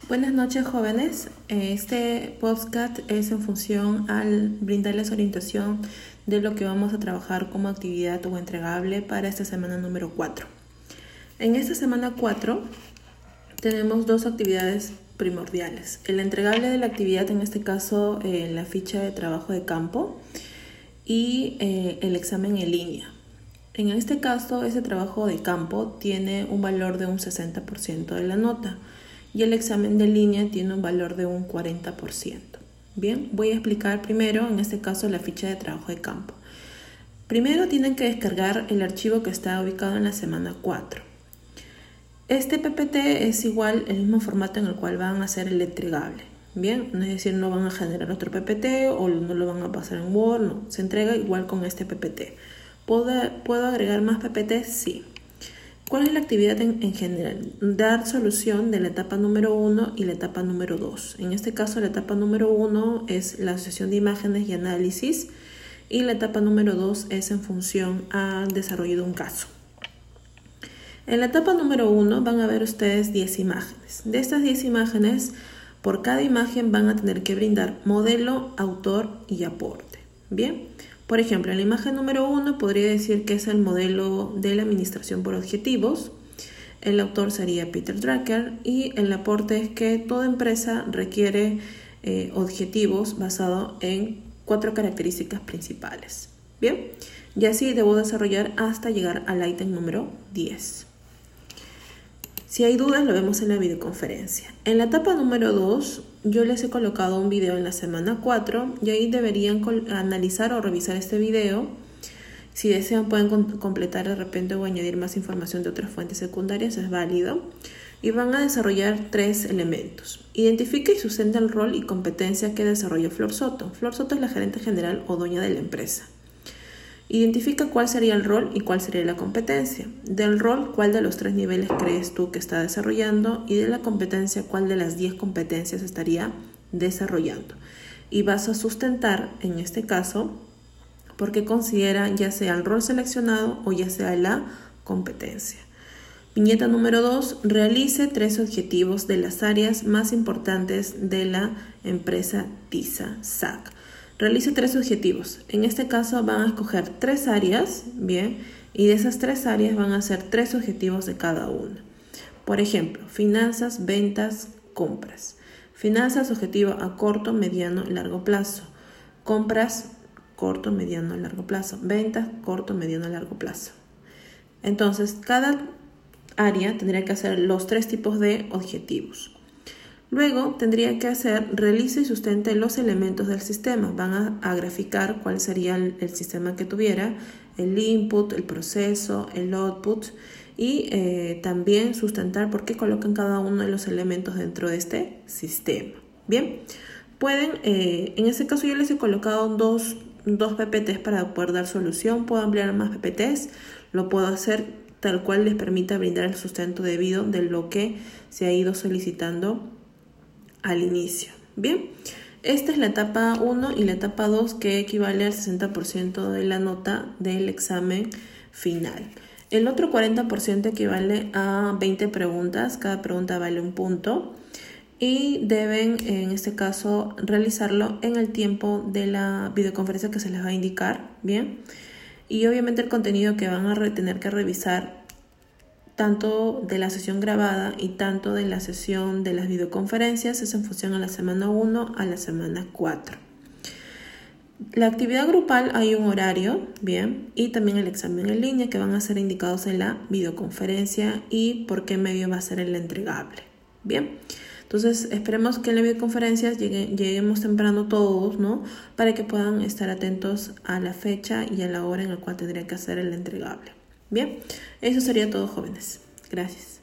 Buenas noches, jóvenes. Este podcast es en función al brindarles orientación de lo que vamos a trabajar como actividad o entregable para esta semana número 4. En esta semana 4 tenemos dos actividades primordiales. El entregable de la actividad, en este caso la ficha de trabajo de campo y el examen en línea. En este caso, ese trabajo de campo tiene un valor de un 60% de la nota. Y el examen de línea tiene un valor de un 40%. Bien, voy a explicar primero, en este caso, la ficha de trabajo de campo. Primero tienen que descargar el archivo que está ubicado en la semana 4. Este PPT es igual, el mismo formato en el cual van a hacer el entregable. Bien, es decir, no van a generar otro PPT o no lo van a pasar en Word, no, se entrega igual con este PPT. ¿Puedo agregar más PPT? Sí. ¿Cuál es la actividad en general? Dar solución de la etapa número 1 y la etapa número 2. En este caso, la etapa número 1 es la asociación de imágenes y análisis y la etapa número 2 es en función al desarrollo de un caso. En la etapa número 1 van a ver ustedes 10 imágenes. De estas 10 imágenes, por cada imagen van a tener que brindar modelo, autor y aporte. Bien. Por ejemplo, en la imagen número 1 podría decir que es el modelo de la administración por objetivos. El autor sería Peter Drucker y el aporte es que toda empresa requiere objetivos basados en 4 características principales. Bien, y así debo desarrollar hasta llegar al ítem número 10. Si hay dudas, lo vemos en la videoconferencia. En la etapa número 2, yo les he colocado un video en la semana 4 y ahí deberían analizar o revisar este video. Si desean, pueden completar de repente o añadir más información de otras fuentes secundarias, es válido. Y van a desarrollar 3 elementos. Identifica y sustenta el rol y competencia que desarrolla Flor Soto. Flor Soto es la gerente general o dueña de la empresa. Identifica cuál sería el rol y cuál sería la competencia. Del rol, cuál de los 3 niveles crees tú que está desarrollando, y de la competencia, cuál de las 10 competencias estaría desarrollando. Y vas a sustentar, en este caso, porque considera ya sea el rol seleccionado o ya sea la competencia. Viñeta número 2, realice 3 objetivos de las áreas más importantes de la empresa TISA-SAC. Realice 3 objetivos. En este caso van a escoger 3 áreas, bien, y de esas 3 áreas van a hacer 3 objetivos de cada una. Por ejemplo, finanzas, ventas, compras. Finanzas, objetivo a corto, mediano y largo plazo. Compras, corto, mediano y largo plazo. Ventas, corto, mediano y largo plazo. Entonces, cada área tendría que hacer los 3 tipos de objetivos. Luego tendría que hacer, realice y sustente los elementos del sistema. Van a graficar cuál sería el sistema que tuviera, el input, el proceso, el output y también sustentar por qué colocan cada uno de los elementos dentro de este sistema. Bien, pueden, en este caso yo les he colocado dos PPTs para poder dar solución. Puedo ampliar más PPTs, lo puedo hacer tal cual les permita brindar el sustento debido de lo que se ha ido solicitando al inicio. Bien, esta es la etapa 1 y la etapa 2 que equivale al 60% de la nota del examen final. El otro 40% equivale a 20 preguntas, cada pregunta vale un punto y deben en este caso realizarlo en el tiempo de la videoconferencia que se les va a indicar. Bien, y obviamente el contenido que van a tener que revisar tanto de la sesión grabada y tanto de la sesión de las videoconferencias es en función a la semana 1 a la semana 4. La actividad grupal hay un horario, bien, y también el examen en línea que van a ser indicados en la videoconferencia y por qué medio va a ser el entregable. Bien, entonces esperemos que en la videoconferencia lleguemos temprano todos, ¿no? Para que puedan estar atentos a la fecha y a la hora en la cual tendría que hacer el entregable. Bien, eso sería todo, jóvenes. Gracias.